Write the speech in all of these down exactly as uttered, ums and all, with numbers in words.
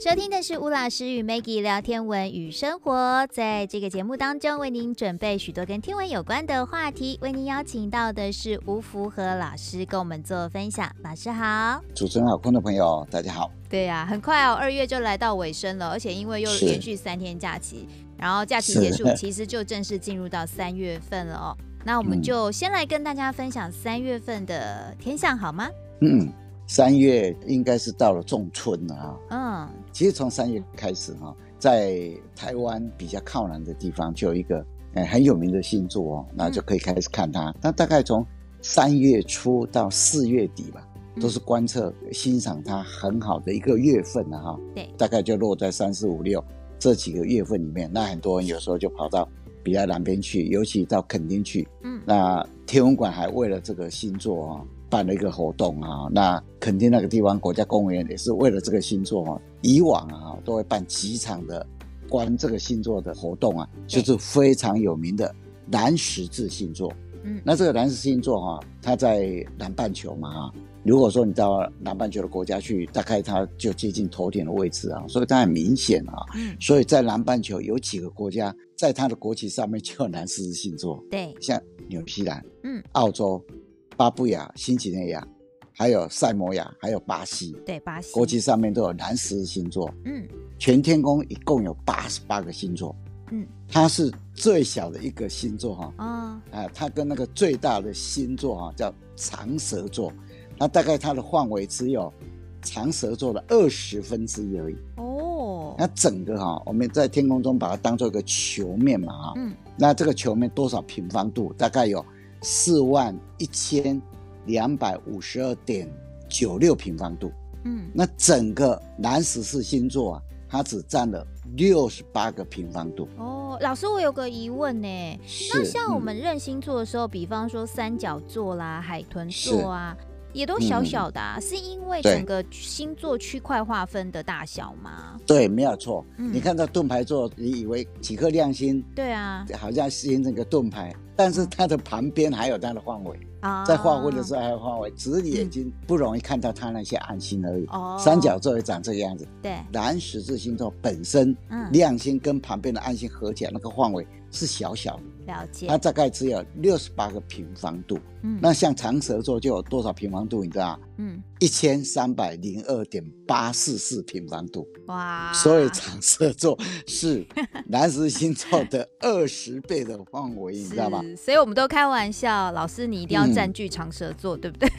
收听的是吴老师与 Maggie 聊天文与生活，在这个节目当中为您准备许多跟天文有关的话题，为您邀请到的是吴福和老师跟我们做分享。老师好。 主持人好，观众朋友大家好。 对啊，很快哦，二月就来到尾声了，而且因为又连续三天假期，然后假期结束其实就正式进入到三月份了哦。那我们就先来跟大家分享三月份的天象好吗？ 嗯，三月应该是到了仲春了啊。 嗯， 其实从三月开始哈，在台湾比较靠南的地方就有一个很有名的星座哦，那就可以开始看它。那、嗯、大概从三月初到四月底吧，都是观测欣赏它很好的一个月份了哈。 对， 大概就落在三四五六这几个月份里面。那很多人有时候就跑到比较南边去，尤其到垦丁去。嗯，那天文馆还为了这个星座啊办了一个活动啊。那垦丁那个地方国家公园也是为了这个星座啊，以往啊都会办几场的关这个星座的活动啊，就是非常有名的南十字星座。嗯，那这个南十字星座哈、啊，它在南半球嘛哈。如果说你到南半球的国家去，大概它就接近头顶的位置啊，所以它很明显啊。嗯，所以在南半球有几个国家，在它的国旗上面就有南十字星座。 对， 像纽西兰、嗯、澳洲、巴布亚、新几内亚，还有塞摩亚，还有巴西。 对，巴西国旗上面都有南十字星座。嗯，全天宫一共有八十八个星座。嗯，它是最小的一个星座哈。啊、哦呃，它跟那个最大的星座哈叫长蛇座。那大概它的范围只有长蛇座的二十分之一而已。哦，那整个哈，我们在天空中把它当做一个球面嘛哈。嗯，那这个球面多少平方度？大概有四万一千两百五十二点九六平方度。嗯，那整个南十字星座啊，它只占了六十八个平方度。 哦，老师，我有个疑问呢。那像我们认星座的时候，嗯、比方说三角座啦、海豚座啊。也都小小的啊、嗯，是因为整个星座区块划分的大小吗？ 对，没有错、嗯。你看到盾牌座，你以为几颗亮星？ 对啊， 好像形成个盾牌，但是它的旁边还有它的范围。啊，在划分的时候还有范围，只是你眼睛不容易看到它那些暗星而已。哦、嗯，三角座也长这个样子。 对， 南十字星座本身，嗯，亮星跟旁边的暗星合起来，那个范围是小小的。 了解， 它大概只有六十八个平方度。嗯，那像长蛇座就有多少平方度？你知道吗？嗯，一千三百零二点八四四平方度。哇！所以长蛇座是南十字星座的二十倍的范围，你知道吗？ 所以我们都开玩笑，老师你一定要占据长蛇座，嗯、对不对？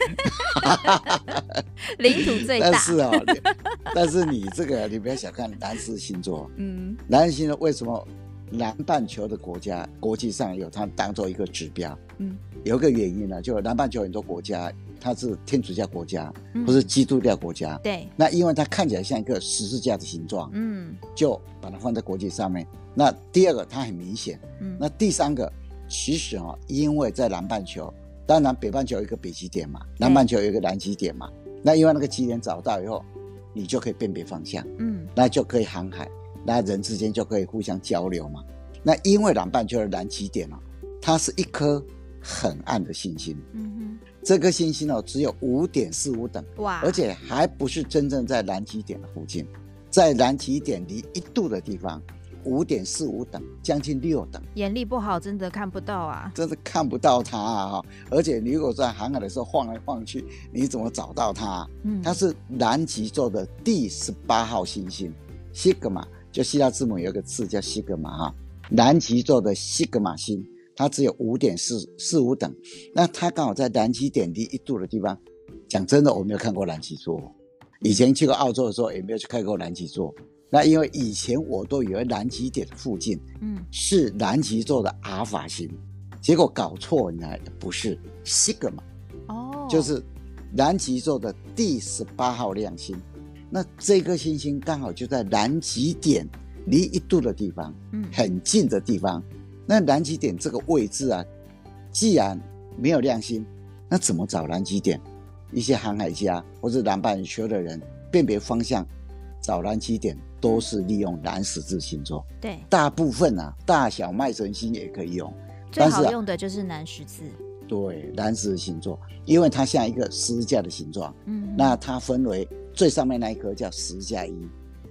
领土最大。 但是哦，但是你这个你不要小看南十字星座。嗯，南十字星座为什么？南半球的国家国际上有它当做一个指标。嗯，有一个原因呢，就南半球很多国家它是天主教国家、嗯、或是基督教国家。对，那因为它看起来像一个十字架的形状，嗯，就把它放在国际上面。那第二个它很明显。嗯，那第三个其实哦，因为在南半球，当然北半球有一个北极点嘛，南半球有一个南极点嘛。那因为那个极点找到以后，你就可以辨别方向。嗯，那就可以航海。那人之间就可以互相交流嘛。那因为南半球的南极点、哦、它是一颗很暗的星星。嗯哼，这颗星星、哦、只有 五点四五 等。哇！而且还不是真正在南极点的附近，在南极点离一度的地方 五点四五 等，将近六等。 眼力不好真的看不到啊， 真的看不到它啊！而且你如果在航海的时候晃来晃去，你怎么找到它？嗯，它是南极洲的第十八号星星西格玛，就希腊字母有一个字叫西格玛哈，南极洲的西格玛星，它只有 五点四五 等。那它刚好在南极点离一度的地方。讲真的，我没有看过南极座，以前去过澳洲的时候也没有去看过南极座。那因为以前我都以为南极点的附近嗯是南极洲的阿尔法星，结果搞错，你看不是西格玛哦，就是南极洲的第十八号亮星。那这颗星星刚好就在南极点离一度的地方，嗯，很近的地方。那南极点这个位置啊，既然没有亮星，那怎么找南极点？一些航海家或者南半球的人辨别方向找南极点都是利用南十字星座。对，大部分啊大小麦神星也可以用， 最好用的就是南十字。 对，南十字星座，因为它像一个十字架的形状。嗯，那它分为最上面那一颗叫十加一，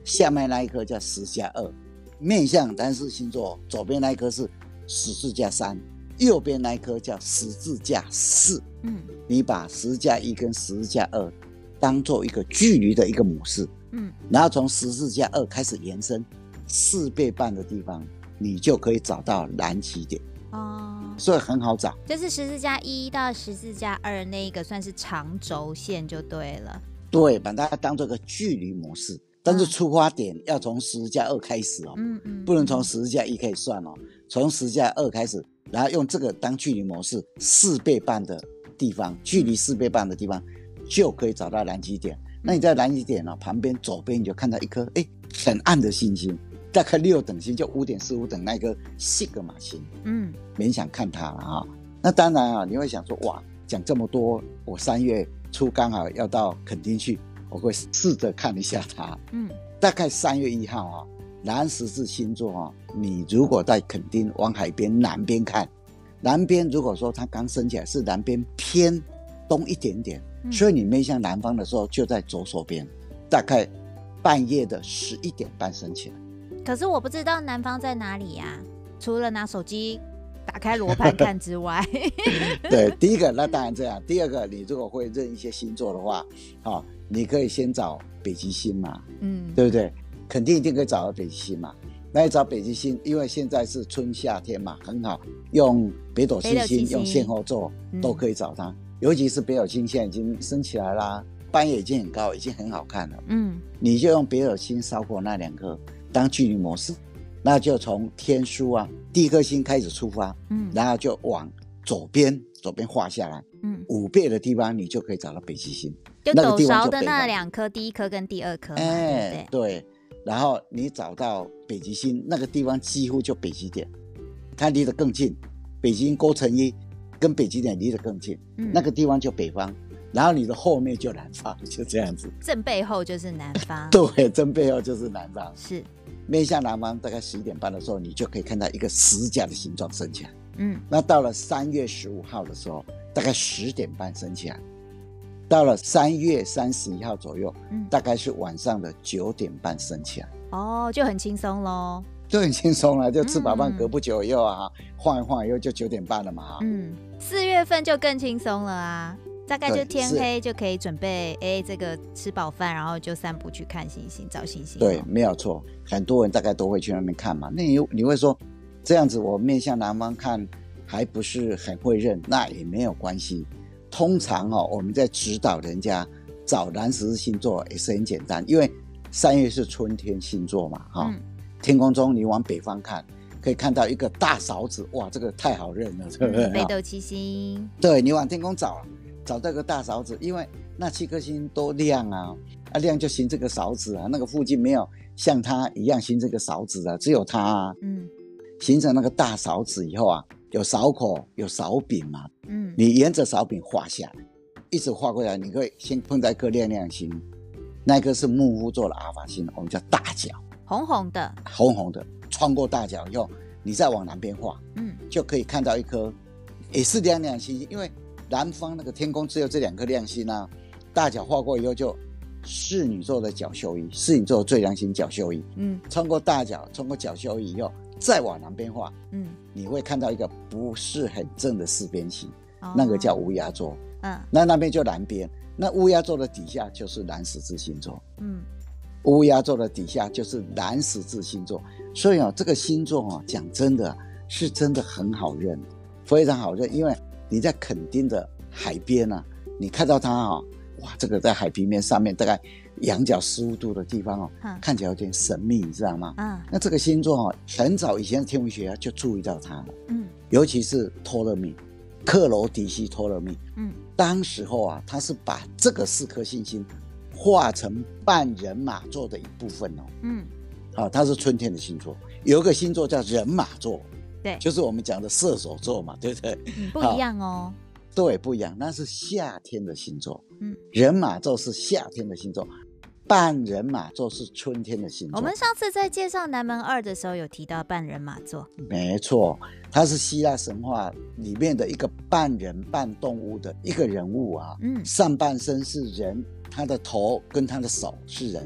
下面那一颗叫十加二，面向蓝石星座左边那一颗是十字加三，右边那一颗叫十字加四。嗯，你把十加一跟十加二当做一个距离的一个模式，嗯，然后从十字加二开始延伸四倍半的地方，你就可以找到蓝极点。哦，所以很好找， 就是十字加一到十字加二那一个算是长轴线就对了。 对，把它当做一个距离模式，但是出发点要从十加二开始哦，嗯嗯，不能从十加一开始算哦，从十加二开始，然后用这个当距离模式，四倍半的地方，距离四倍半的地方就可以找到蓝极点。那你在蓝极点、哦、旁边左边你就看到一颗哎很暗的星星，大概六等星，就五点四五等那个西格玛星，嗯，勉强看它了啊。那当然啊，你会想说哇，讲这么多，我三月初刚好要到垦丁去，我会试着看一下它。嗯，大概三月一号啊，蓝十字星座啊，你如果在垦丁往海边南边看，南边如果说它刚升起来是南边偏东一点点，嗯、所以你面向南方的时候就在左手边，大概半夜的十一点半升起来。 可是我不知道南方在哪里呀、啊，除了拿手机打开罗盘看之外。 对，第一个那当然这样，第二个你如果会认一些星座的话，哦、你可以先找北极星嘛，嗯，对不对？肯定一定可以找到北极星嘛。那你找北极星，因为现在是春夏天嘛，很好，用北斗七星、用仙后座都可以找它。嗯、尤其是北斗星现在已经升起来啦，半夜已经很高，已经很好看了。嗯，你就用北斗星烧过那两颗当距离模式，那就从天枢啊第一颗星开始出发，嗯，然后就往左边左边画下来，嗯，五倍的地方你就可以找到北极星， 就斗勺的那两颗，第一颗跟第二颗，哎， 对不对？对，然后你找到北极星那个地方几乎就北极点，它离得更近，北极星勾成一，跟北极点离得更近，嗯，那个地方就北方。然后你的后面就南方，就这样子， 正背后就是南方。 对，正背后就是南方， 是面向南方，大概十一点半的时候，你就可以看到一个十字架的形状升起来。嗯，那到了三月十五号的时候，大概十点半升起来，到了三月三十一号左右，嗯，大概是晚上的九点半升起来。 哦，就很轻松咯， 就很轻松了，就吃饱饭隔不久以后啊，嗯、晃一晃以后就九点半了嘛。 嗯，四月份就更轻松了啊。大概就天黑就可以准备，哎，这个吃饱饭，然后就散步去看星星、找星星。 对，没有错，很多人大概都会去那边看嘛。那你你会说，这样子我面向南方看还不是很会认，那也没有关系。通常哦，我们在指导人家找蓝十字星座也是很简单，因为三月是春天星座嘛，哈、哦嗯，天空中你往北方看，可以看到一个大勺子，哇，这个太好认了，对不对？ 北斗七星。 对，你往天空找。找到个大勺子，因为那七颗星都亮啊，啊亮就形这个勺子啊，那个附近没有像它一样形这个勺子的，只有它啊，嗯，形成那个大勺子以后啊，有勺口，有勺柄嘛，嗯，你沿着勺柄画下来，一直画过来，你可以先碰到一颗亮亮星，那一颗是木夫座的阿尔法星，我们叫大角， 红红的， 红红的，穿过大角以后，你再往南边画，嗯，就可以看到一颗也是亮亮星，因为南方那个天空只有这两颗亮星啊，大角画过以后就侍女座的角宿一，侍女座的最亮星角宿一，嗯，穿过大角，穿过角宿一以后，再往南边画，嗯，你会看到一个不是很正的四边形，哦、那个叫乌鸦座，嗯，那那边就南边，那乌鸦座的底下就是蓝十字星座，嗯，乌鸦座的底下就是蓝十字星座，所以啊，这个星座啊，讲真的是真的很好认，非常好认，因为你在垦丁的海边啊，你看到它啊，哇，这个在海平面上面大概仰角十五度的地方哦，嗯、看起来有点神秘，你知道吗？嗯，那这个星座哦，很早以前的天文学家就注意到它了，嗯，尤其是托勒密，克罗迪西托勒密，嗯，当时候啊，他是把这个四颗星星画成半人马座的一部分哦，嗯，好、啊，它是春天的星座，有一个星座叫人马座。 对， 就是我们讲的射手座嘛，对不对？ 嗯、不一样哦。 对，不一样，那是夏天的星座。嗯，人马座是夏天的星座，半人马座是春天的星座。 我们上次在介绍南门二的时候有提到半人马座， 没错，它是希腊神话里面的一个半人半动物的一个人物啊。嗯，上半身是人，他的头跟他的手是人，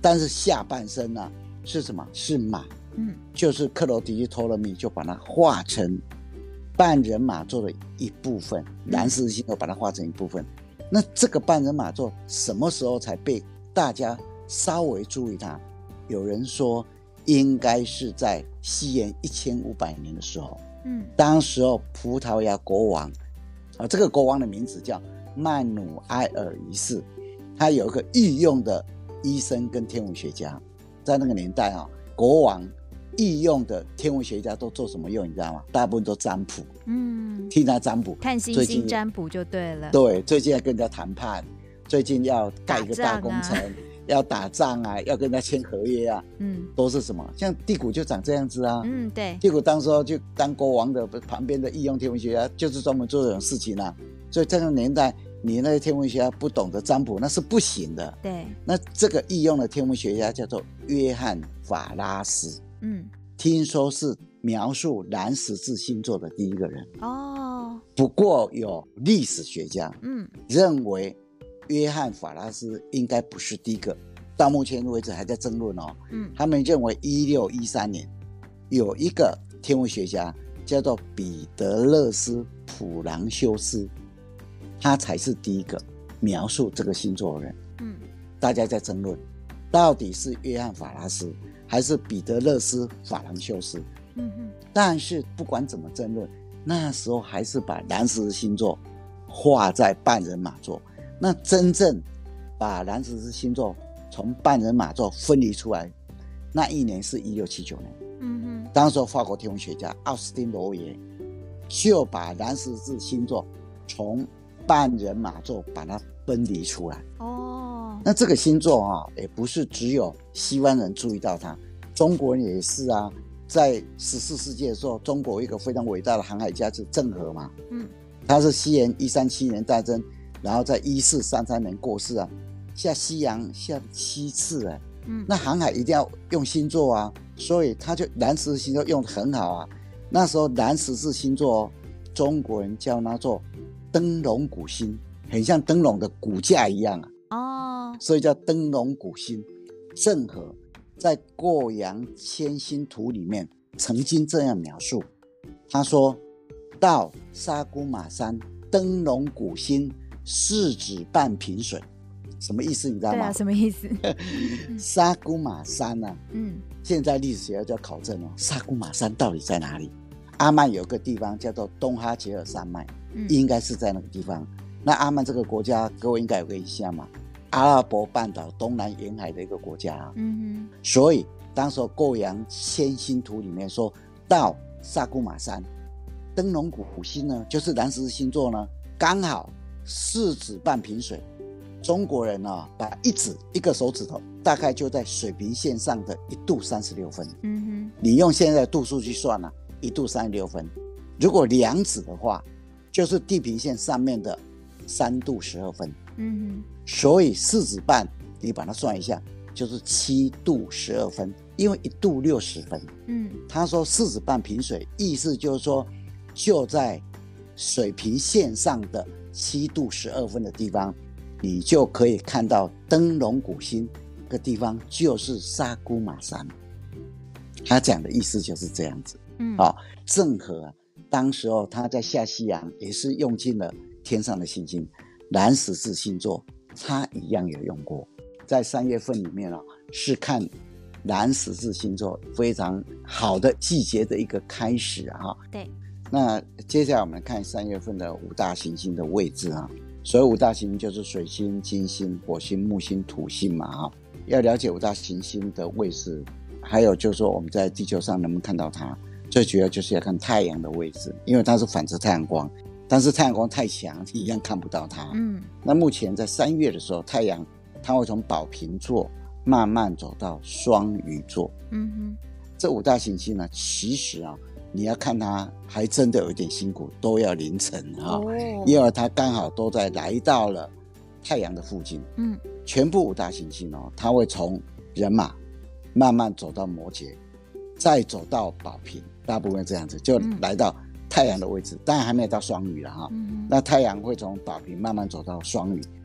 但是下半身呢、啊、是什么？是马，嗯，就是克罗狄托勒密就把它画成半人马座的一部分，南十字星座把它画成一部分。那这个半人马座什么时候才被大家稍微注意它？有人说应该是在西元一千五百年的时候，嗯，当时候葡萄牙国王，啊，这个国王的名字叫曼努埃尔一世，他有一个御用的医生跟天文学家，在那个年代啊，国王御用的天文学家都做什么用？你知道吗？大部分都占卜，嗯，替他占卜， 看星星占卜就对了。 对，最近要跟人家谈判，最近要盖一个大工程。要打仗啊，要跟他签合约啊，嗯，都是什么？像地谷就长这样子啊，嗯，对，地谷当时候就当国王的旁边的御用天文学家，就是专门做这种事情啊。所以这个年代，你那些天文学家不懂得占卜，那是不行的。对，那这个御用的天文学家叫做约翰法拉斯，嗯，听说是描述蓝十字星座的第一个人哦。不过有历史学家，嗯，认为约翰法拉斯应该不是第一个，到目前为止还在争论哦。嗯，他们认为一六一三年有一个天文学家叫做彼得勒斯普朗修斯，他才是第一个描述这个星座的人。嗯，大家在争论，到底是约翰法拉斯还是彼得勒斯法朗修斯？嗯哼，但是不管怎么争论，那时候还是把蓝十字星座画在半人马座。那真正把蓝十字星座从半人马座分离出来，那一年是一六七九年。嗯哼，当时法国天文学家奥斯汀罗耶就把蓝十字星座从半人马座把它分离出来。哦，那这个星座啊，也不是只有西方人注意到它，中国人也是啊。在十四世纪的时候，中国有一个非常伟大的航海家是郑和嘛。嗯，他是西元一三七年战争。然后在一四三三年过世啊，下西洋下七次哎，嗯，那航海一定要用星座啊，所以他就蓝十字星座用得很好啊。那时候蓝十字星座、哦、中国人叫它做灯笼古星，很像灯笼的骨架一样啊，哦，所以叫灯笼古星。郑和在《过洋迁星图》里面曾经这样描述，他说到沙姑玛山灯笼古星。四指半平水，什么意思你知道吗？对啊，什么意思？ 沙姑玛山啊，嗯，现在历史学家就考证哦，沙姑玛山到底在哪里？阿曼有个地方叫做东哈杰尔山脉，嗯，应该是在那个地方。那阿曼这个国家，各位应该有个印象嘛，阿拉伯半岛东南沿海的一个国家啊，嗯哼。所以当时过洋迁星图里面说到沙姑玛山，灯笼古星呢，就是蓝十字星座呢，刚好。四指半平水，中国人啊，把一指一个手指头大概就在水平线上的一度三十六分。嗯哼，你用现在的度数去算啊，一度三十六分。如果两指的话，就是地平线上面的三度十二分。嗯哼，所以四指半，你把它算一下，就是七度十二分，因为一度六十分。嗯，他说四指半平水，意思就是说就在水平线上的。七度十二分的地方，你就可以看到灯笼古星的地方就是沙姑玛山。他讲的意思就是这样子。嗯，哦，郑和啊，当时候他在下西洋也是用尽了天上的星星，蓝十字星座他一样有用过。在三月份里面啊，是看蓝十字星座非常好的季节的一个开始啊。对。那接下来我们看三月份的五大行星的位置啊，所以五大行星就是水星、金星、火星、木星、土星嘛哈。要了解五大行星的位置，还有就是说我们在地球上能不能看到它，最主要就是要看太阳的位置，因为它是反射太阳光，但是太阳光太强，你一样看不到它。嗯，那目前在三月的时候，太阳它会从宝瓶座慢慢走到双鱼座。嗯哼，这五大行星呢，其实啊。你要看它还真的有一点辛苦，都要凌晨啊、哦，因为它刚好都在来到了太阳的附近。嗯，全部五大行星哦，它会从人马慢慢走到摩羯，再走到宝瓶，大部分这样子就来到太阳的位置，当然还没有到双鱼了哈、哦。嗯、那太阳会从宝瓶慢慢走到双鱼，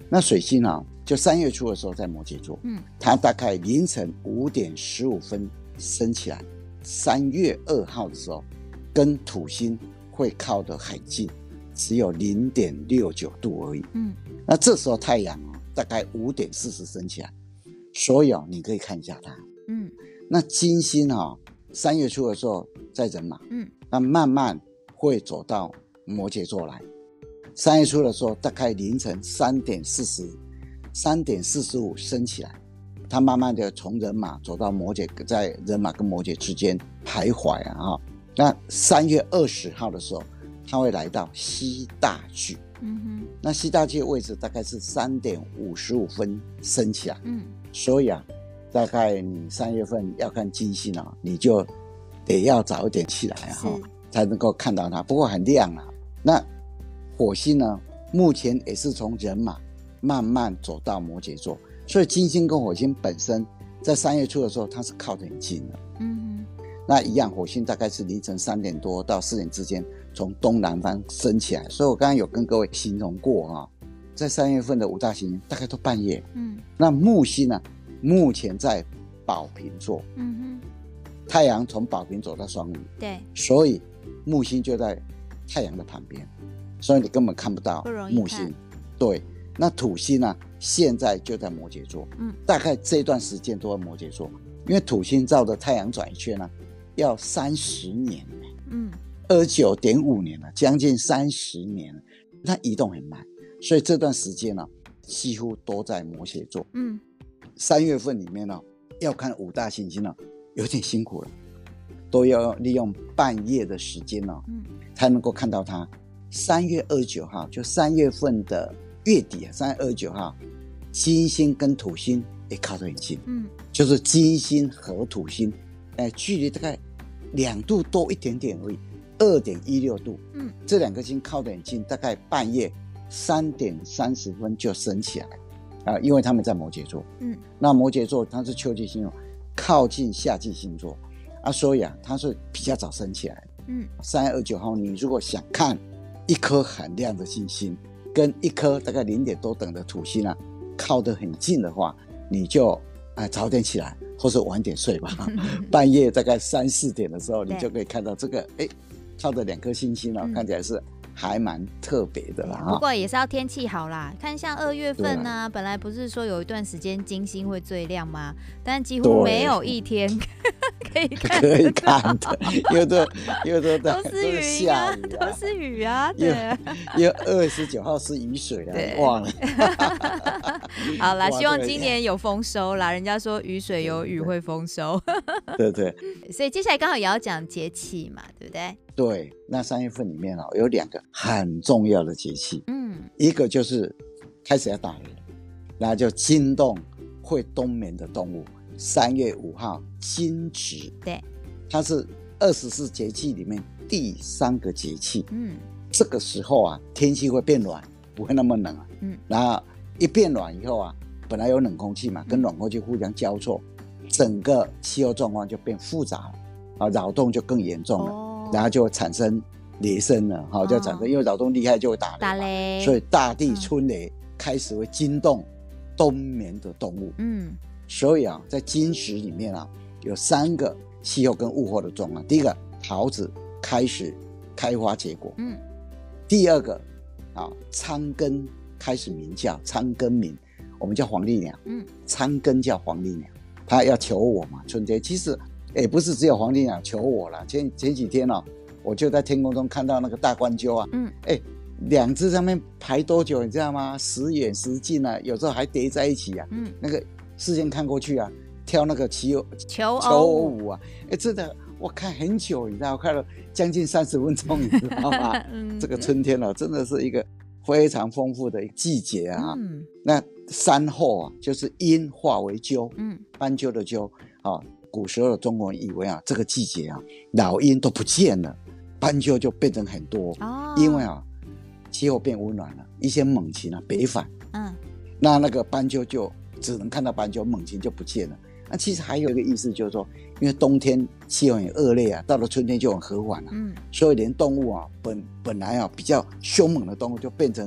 那水星啊，就三月初的时候在摩羯座，嗯，它大概凌晨五点十五分升起来，三月二号的时候，跟土星会靠得很近，只有零点六九度而已，嗯，那这时候太阳啊，大概五点四十升起来，所以啊，你可以看一下它，嗯，那金星啊，三月初的时候在人马，嗯，那慢慢会走到摩羯座来。三月初的时候，大概凌晨三点四十、三点四十五升起来，它慢慢的从人马走到摩羯，在人马跟摩羯之间徘徊啊。那三月二十号的时候，它会来到西大距，嗯哼，那西大距的位置大概是三点五十五分升起来，嗯，所以啊，大概你三月份要看金星啊，你就得要早一点起来哈，才能够看到它。不过很亮啊，那。火星呢，目前也是从人马慢慢走到摩羯座，所以金星跟火星本身在三月初的时候，它是靠得很近的。嗯，那一样，火星大概是凌晨三点多到四点之间，从东南方升起来。所以我刚刚有跟各位形容过啊，在三月份的五大行星大概都半夜。嗯，那木星呢，目前在宝瓶座。嗯哼，太阳从宝瓶走到双鱼。对，所以木星就在太阳的旁边。所以你根本看不到木星，对。那土星呢、啊？现在就在摩羯座，嗯，大概这段时间都在摩羯座，因为土星绕着太阳转一圈呢、啊，要三十年，嗯，二九点五年了，将近三十年了，它移动很慢，所以这段时间呢、啊，几乎都在摩羯座，嗯。三月份里面呢、啊，要看五大行星呢、啊，有点辛苦了，都要利用半夜的时间呢、啊，嗯，才能够看到它。三月二十九号，就三月份的月底啊，三月二十九号，金星跟土星也靠得很近，嗯，就是金星和土星，呃，距离大概两度多一点点而已，二点一六度，嗯，这两颗星靠得很近，大概半夜三点三十分就升起来，啊、呃，因为他们在摩羯座，嗯，那摩羯座它是秋季星座，靠近夏季星座，啊，所以啊，它是比较早升起来，嗯，三月二十九号，你如果想看一颗很亮的星星跟一颗大概零点多等的土星啊，靠得很近的话，你就、呃、早点起来，或是晚点睡吧。半夜大概三四点的时候，你就可以看到这个，哎，靠的两颗星星啊、哦，看起来是还蛮特别的啦。 不过也是要天气好啦，看像二月份呢、啊，本来不是说有一段时间金星会最亮吗？但几乎没有一天可以看可以看的，因为都因为都都是雨啊，都是雨啊，对啊， 因为二十九号是雨水啊，忘了。 好啦，希望今年有丰收啦，人家说雨水有雨会丰收。 对对。 所以接下来刚好也要讲节气嘛，对不对？ 对，那三月份里面、哦、有两个很重要的节气，嗯，一个就是开始要打雷了，那就惊动会冬眠的动物。三月五号惊蛰，对，它是二十四节气里面第三个节气，嗯，这个时候啊，天气会变暖，不会那么冷啊，嗯，然后一变暖以后啊，本来有冷空气嘛，跟暖空气互相交错，整个气候状况就变复杂了，啊，扰动就更严重了。哦，然后就会产生雷声了，好、哦，就产生，因为扰动厉害就会打雷，打雷，所以大地春雷开始会惊动冬眠的动物。嗯，所以啊，在金石里面啊，有三个气候跟物候的状况。第一个，桃子开始开花结果。嗯，第二个啊，苍根开始鸣叫，苍根鸣，我们叫黄鹂鸟。嗯，苍根叫黄鹂鸟，它要求我嘛，春天其实。也不是只有黄鹂鸟求我啦，前前几天哦，我就在天空中看到那个大冠鸠啊，嗯，哎，两只上面排多久你知道吗？时远时近啊，有时候还叠在一起啊，嗯，那个视线看过去啊，跳那个求求求偶舞啊，哎，真的我看很久，你知道，我看了将近三十分钟，你知道吗？嗯，这个春天哦，真的是一个非常丰富的一个季节啊。嗯，那山后啊，就是鹰化为鸠，嗯，斑鸠的鸠啊。古时候的中国人以为啊，这个季节啊，老鹰都不见了，斑鸠就变成很多，哦，因为啊，气候变温暖了，一些猛禽啊北返，嗯，那那个斑鸠就只能看到斑鸠，猛禽就不见了。那其实还有一个意思就是说，因为冬天气候很恶劣啊，到了春天就很和缓了，嗯，所以连动物啊本本来啊比较凶猛的动物就变成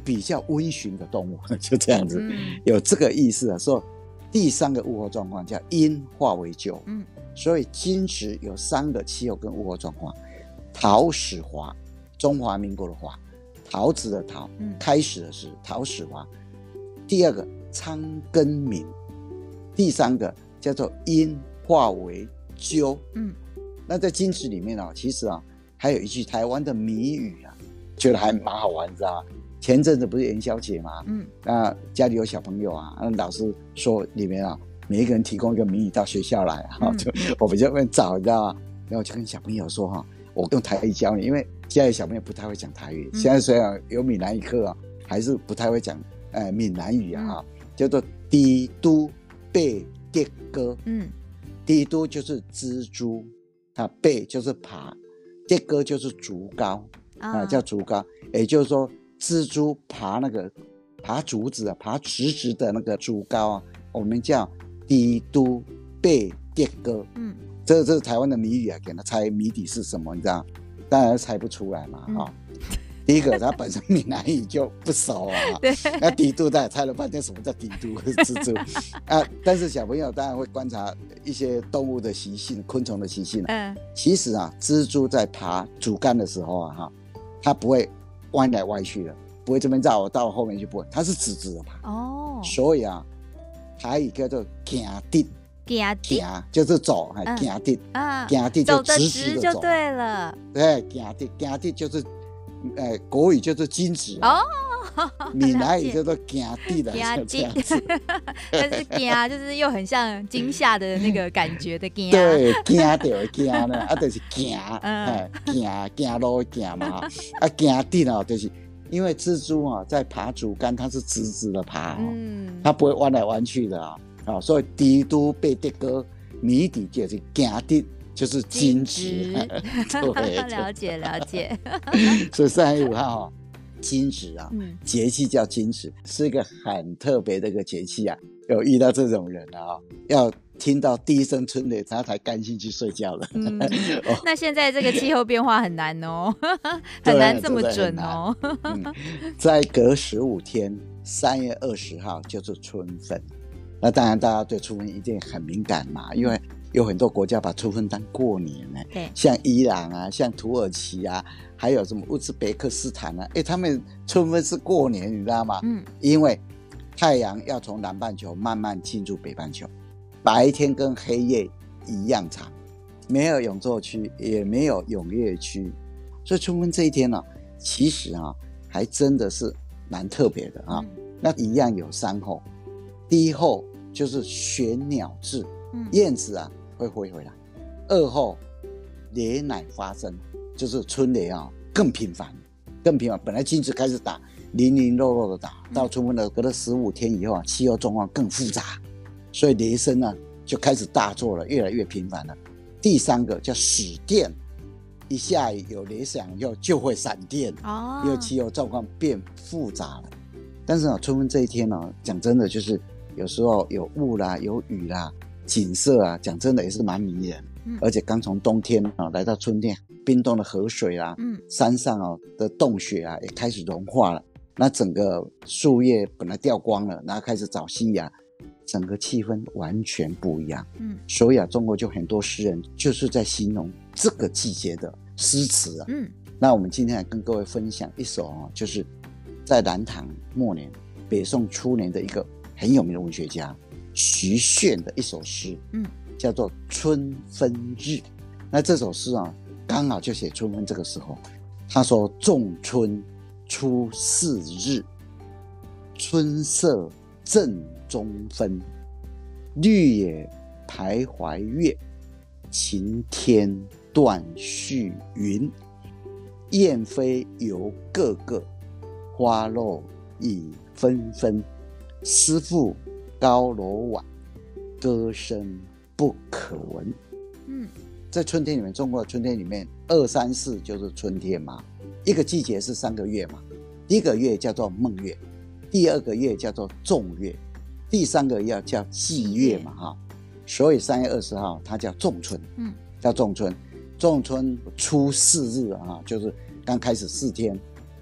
比较温驯的动物，就这样子，嗯、有这个意思啊。说第三个物候状况叫因化为咎，嗯，所以金池有三个气候跟物候状况：桃始华，中华民国的华，桃子的桃，嗯、开始的是桃始华。第二个仓庚敏，第三个叫做因化为咎，嗯，那在金池里面啊，其实啊，还有一句台湾的谜语啊，觉得还蛮好玩，知道吗？前阵子不是元宵节嘛，嗯，那家里有小朋友啊，那老师说里面啊，每一个人提供一个谜语到学校来啊，嗯、就我们就会找，你知道吗？然后我就跟小朋友说哈，我用台语教你，因为现在小朋友不太会讲台语，嗯、现在虽然有闽南语课啊，还是不太会讲呃闽南语啊，嗯、叫做低都背跌哥，嗯，低都就是蜘蛛，它背就是爬，跌哥就是竹篙啊，叫竹篙，也就是说。蜘蛛爬那个爬竹子啊，爬直直的那个竹篙啊，我们叫低都背跌哥。嗯，这这是台湾的谜语啊，给他猜谜底是什么，你知道？当然猜不出来嘛，哈、嗯哦。第一个，他本身闽南语就不熟啊，对，那低都他也猜了半天什么叫低都蜘蛛啊，但是小朋友当然会观察一些动物的习性、昆虫的习性、啊。嗯，其实啊，蜘蛛在爬竹竿的时候啊，哈，它不会。弯来弯去的，不会这边绕到后面去，不会，它是直直的爬。哦，所以啊，台语叫做行直， 行直就是走，行直啊，行直就直直的走， 就对了。 对，行直，行直就是，呃，国语就是金直哦，闽南语叫做行直的， 行直，但是行就是又很像惊吓的那个感觉的行， 对，惊到的惊呢，啊，就是行，哎，行行路的行嘛，啊，行直呢，就是因为蜘蛛啊，在爬竹竿，它是直直的爬，嗯，它不会弯来弯去的啊，啊，所以低都背跌哥，谜底就是行直。就是金直， 对，了解了解。 所以三月五号、哦、金直啊，嗯、节气叫金直，是一个很特别的一个节气啊。有遇到这种人啊，要听到第一声春雷，他才甘心去睡觉了。嗯哦、那现在这个气候变化很难哦，很难这么准哦。 嗯、再隔十五天，三月二十号就是春分。那当然，大家对春分一定很敏感嘛，因为有很多国家把春分当过年呢，对，像伊朗啊，像土耳其啊，还有什么乌兹别克斯坦啊，哎，他们春分是过年，你知道吗？嗯，因为太阳要从南半球慢慢进入北半球，白天跟黑夜一样长，没有永昼区，也没有永夜区，所以春分这一天呢、啊，其实啊，还真的是蛮特别的啊。嗯、那一样有三候，第一候就是玄鸟至，嗯、燕子啊。会飞回来。二后雷乃发生，就是春雷啊更频繁，更频繁。本来金子开始打，零零落落的打，到春分的隔了十五天以后啊，气候状况更复杂，所以雷声呢就开始大作了，越来越频繁了。第三个叫始电，一下雨有雷响以后就会闪电，哦，因为气候状况变复杂了。但是啊，春分这一天呢、啊，讲真的就是有时候有雾啦，有雨啦。景色啊，讲真的也是蛮迷人，嗯、而且刚从冬天啊来到春天，冰冻的河水啊，嗯、山上啊的洞穴啊也开始融化了，那整个树叶本来掉光了，然后开始长新芽，整个气氛完全不一样。嗯，所以啊，中国就很多诗人就是在形容这个季节的诗词啊。嗯，那我们今天来跟各位分享一首啊，就是在南唐末年、北宋初年的一个很有名的文学家。徐铉的一首诗，嗯，叫做《春分日》。那这首诗啊，刚好就写春分这个时候。他说：“仲春初四日，春色正中分。绿野徘徊月，晴天断续云。燕飞犹个个，花落已纷纷。思妇高楼晚，歌声不可闻。”嗯，在春天里面，中国的春天里面，二三四就是春天嘛。一个季节是三个月嘛，第一个月叫做孟月，第二个月叫做仲月，第三个月叫季月嘛哈。所以三月二十号它叫仲春，嗯，叫仲春。仲春初四日啊，就是刚开始四天。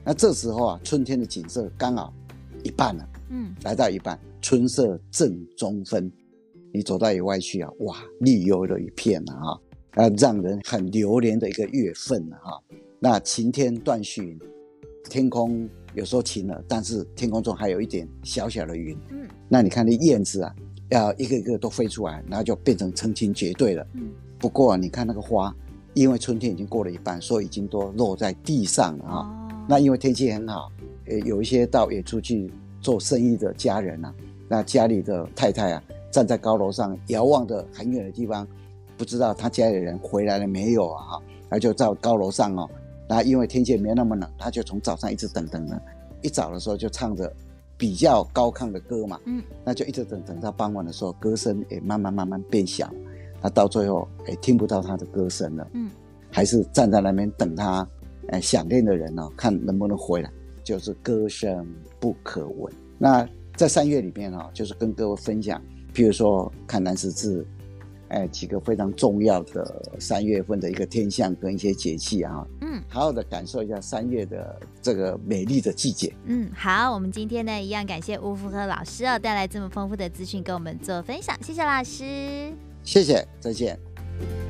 那这时候啊，春天的景色刚好一半了，嗯，来到一半，春色正中分。你走到野外去啊，哇，绿油的一片啊，哈，啊，让人很流连的一个月份啊，哈。那晴天断续云，天空有时候晴了，但是天空中还有一点小小的云。嗯，那你看那燕子啊，要一个一个都飞出来，然后就变成成群结队了。嗯，不过啊，你看那个花，因为春天已经过了一半，所以已经都落在地上了啊。哦，那因为天气很好，有一些到野出去做生意的家人啊，那家里的太太啊，站在高楼上遥望着很远的地方，不知道他家里人回来了没有啊？哈，他就在高楼上哦。那因为天气没那么冷，他就从早上一直等等等，一早的时候就唱着比较高亢的歌嘛，嗯，那就一直等等到傍晚的时候，歌声也慢慢慢慢变小，那到最后也听不到他的歌声了，嗯，还是站在那边等他，哎，想念的人哦，看能不能回来，就是歌声不可闻。那在三月里面哦，就是跟各位分享，譬如说看南十字，哎，几个非常重要的三月份的一个天象跟一些节气啊，嗯，好好的感受一下三月的这个美丽的季节。 嗯，好，我们今天呢一样感谢吴福和老师哦，带来这么丰富的资讯跟我们做分享，谢谢老师， 谢谢，再见。